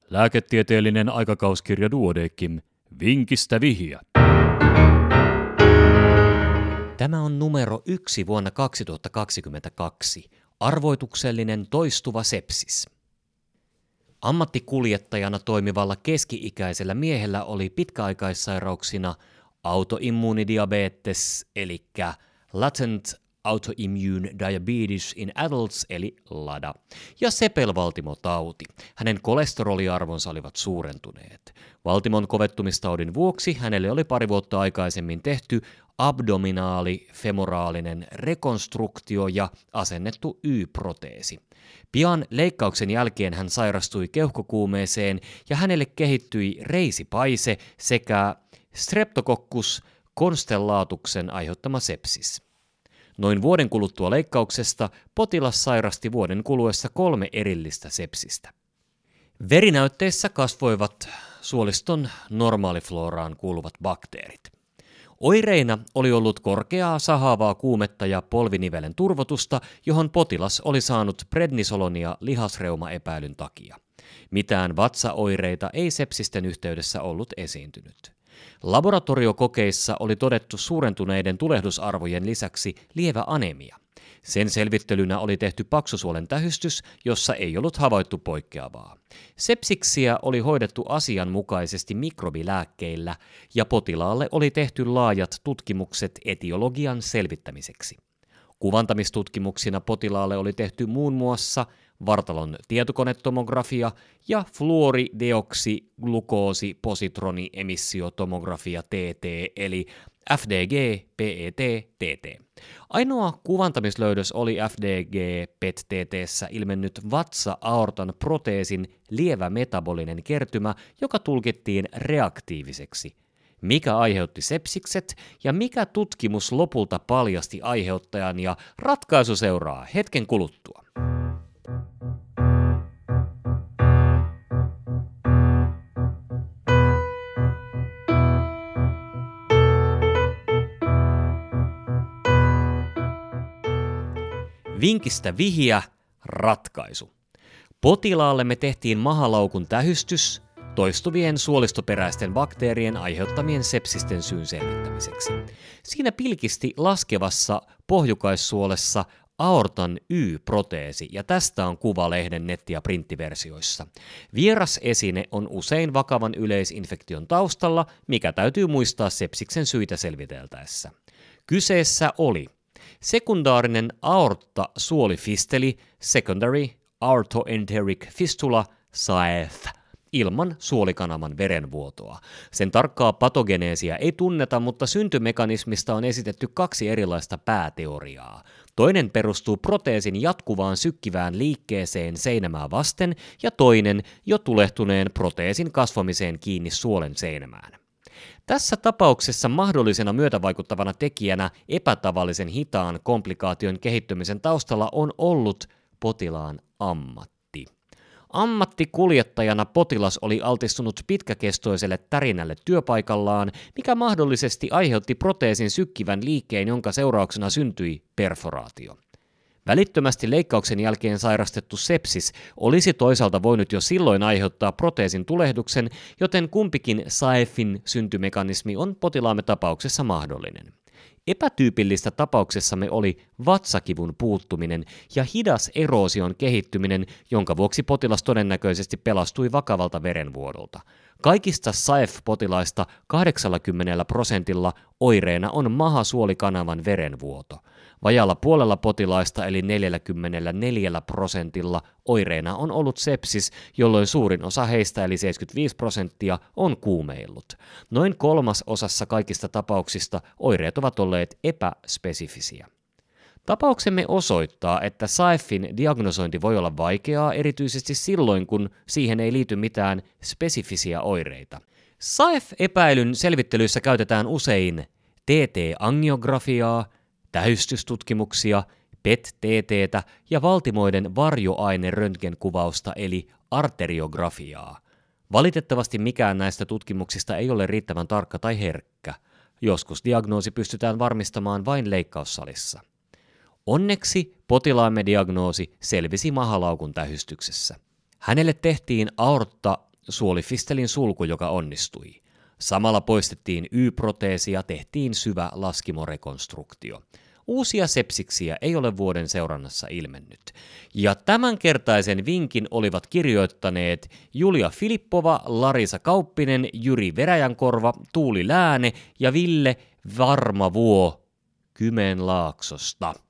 Lääketieteellinen aikakauskirja Duodeckim. Vinkistä vihja. Tämä on numero 1 vuonna 2022. Arvoituksellinen toistuva sepsis. Ammattikuljettajana toimivalla keski-ikäisellä miehellä oli pitkäaikaissairauksina autoimmuunidiabetes eli latent autoimmune diabetes in adults eli LADA ja sepelvaltimotauti. Hänen kolesteroliarvonsa olivat suurentuneet. Valtimon kovettumistaudin vuoksi hänelle oli 2 vuotta aikaisemmin tehty abdominaali-femoraalinen rekonstruktio ja asennettu Y-proteesi. Pian leikkauksen jälkeen hän sairastui keuhkokuumeeseen ja hänelle kehittyi reisipaise sekä Streptococcus constellatuksen aiheuttama sepsis. Noin vuoden kuluttua leikkauksesta potilas sairasti vuoden kuluessa 3 erillistä sepsistä. Verinäytteissä kasvoivat suoliston normaalifloraan kuuluvat bakteerit. Oireina oli ollut korkeaa sahaavaa kuumetta ja polvinivelen turvotusta, johon potilas oli saanut prednisolonia lihasreumaepäilyn takia. Mitään vatsaoireita ei sepsisten yhteydessä ollut esiintynyt. Laboratoriokokeissa oli todettu suurentuneiden tulehdusarvojen lisäksi lievä anemia. Sen selvittelynä oli tehty paksusuolen tähystys, jossa ei ollut havaittu poikkeavaa. Sepsiksiä oli hoidettu asianmukaisesti mikrobilääkkeillä ja potilaalle oli tehty laajat tutkimukset etiologian selvittämiseksi. Kuvantamistutkimuksina potilaalle oli tehty muun muassa vartalon tietokonetomografia ja fluorideoksiglukoosipositroniemissiotomografia TT eli FDG-PET-TT. Ainoa kuvantamislöydös oli FDG-PET-TT:ssä ilmennyt vatsa-aortan proteesin lievä metabolinen kertymä, joka tulkittiin reaktiiviseksi. Mikä aiheutti sepsikset ja mikä tutkimus lopulta paljasti aiheuttajan ja ratkaisu seuraa hetken kuluttua. Vinkistä vihja, ratkaisu. Potilaallemme tehtiin mahalaukun tähystys toistuvien suolistoperäisten bakteerien aiheuttamien sepsisten syyn selvittämiseksi. Siinä pilkisti laskevassa pohjukaissuolessa aortan Y-proteesi, ja tästä on kuva lehden netti- ja printtiversioissa. Vieras esine on usein vakavan yleisinfektion taustalla, mikä täytyy muistaa sepsiksen syitä selviteltäessä. Kyseessä oli sekundaarinen aorttasuolifisteli, secondary aortoenteric fistula, SAEF, ilman suolikanavan verenvuotoa. Sen tarkkaa patogeneesia ei tunneta, mutta syntymekanismista on esitetty 2 erilaista pääteoriaa. Toinen perustuu proteesin jatkuvaan sykkivään liikkeeseen seinämää vasten ja toinen jo tulehtuneen proteesin kasvamiseen kiinni suolen seinämään. Tässä tapauksessa mahdollisena myötävaikuttavana tekijänä epätavallisen hitaan komplikaation kehittymisen taustalla on ollut potilaan ammatti. Ammattikuljettajana potilas oli altistunut pitkäkestoiselle tärinälle työpaikallaan, mikä mahdollisesti aiheutti proteesin sykkivän liikkeen, jonka seurauksena syntyi perforaatio. Välittömästi leikkauksen jälkeen sairastettu sepsis olisi toisaalta voinut jo silloin aiheuttaa proteesin tulehduksen, joten kumpikin SAEFin syntymekanismi on potilaamme tapauksessa mahdollinen. Epätyypillistä tapauksessamme oli vatsakivun puuttuminen ja hidas eroosion kehittyminen, jonka vuoksi potilas todennäköisesti pelastui vakavalta verenvuodolta. Kaikista SAEF-potilaista 80% oireena on mahasuolikanavan verenvuoto. Vajalla puolella potilaista eli 44% oireena on ollut sepsis, jolloin suurin osa heistä eli 75% on kuumeillut. Noin 1/3 kaikista tapauksista oireet ovat olleet epäspesifisiä. Tapauksemme osoittaa, että SAEFin diagnosointi voi olla vaikeaa erityisesti silloin, kun siihen ei liity mitään spesifisiä oireita. SAEF-epäilyn selvittelyissä käytetään usein TT-angiografiaa, tähystystutkimuksia, PET-TT:tä ja valtimoiden varjoaineröntgenkuvausta eli arteriografiaa. Valitettavasti mikään näistä tutkimuksista ei ole riittävän tarkka tai herkkä. Joskus diagnoosi pystytään varmistamaan vain leikkaussalissa. Onneksi potilaamme diagnoosi selvisi mahalaukun tähystyksessä. Hänelle tehtiin suolifistelin sulku, joka onnistui. Samalla poistettiin Y-proteesi ja tehtiin syvä laskimorekonstruktio. Uusia sepsiksiä ei ole vuoden seurannassa ilmennyt. Ja tämänkertaisen vinkin olivat kirjoittaneet Julia Filippova, Larisa Kauppinen, Jyri Veräjänkorva, Tuuli Lääne ja Ville Varmavuo Kymenlaaksosta.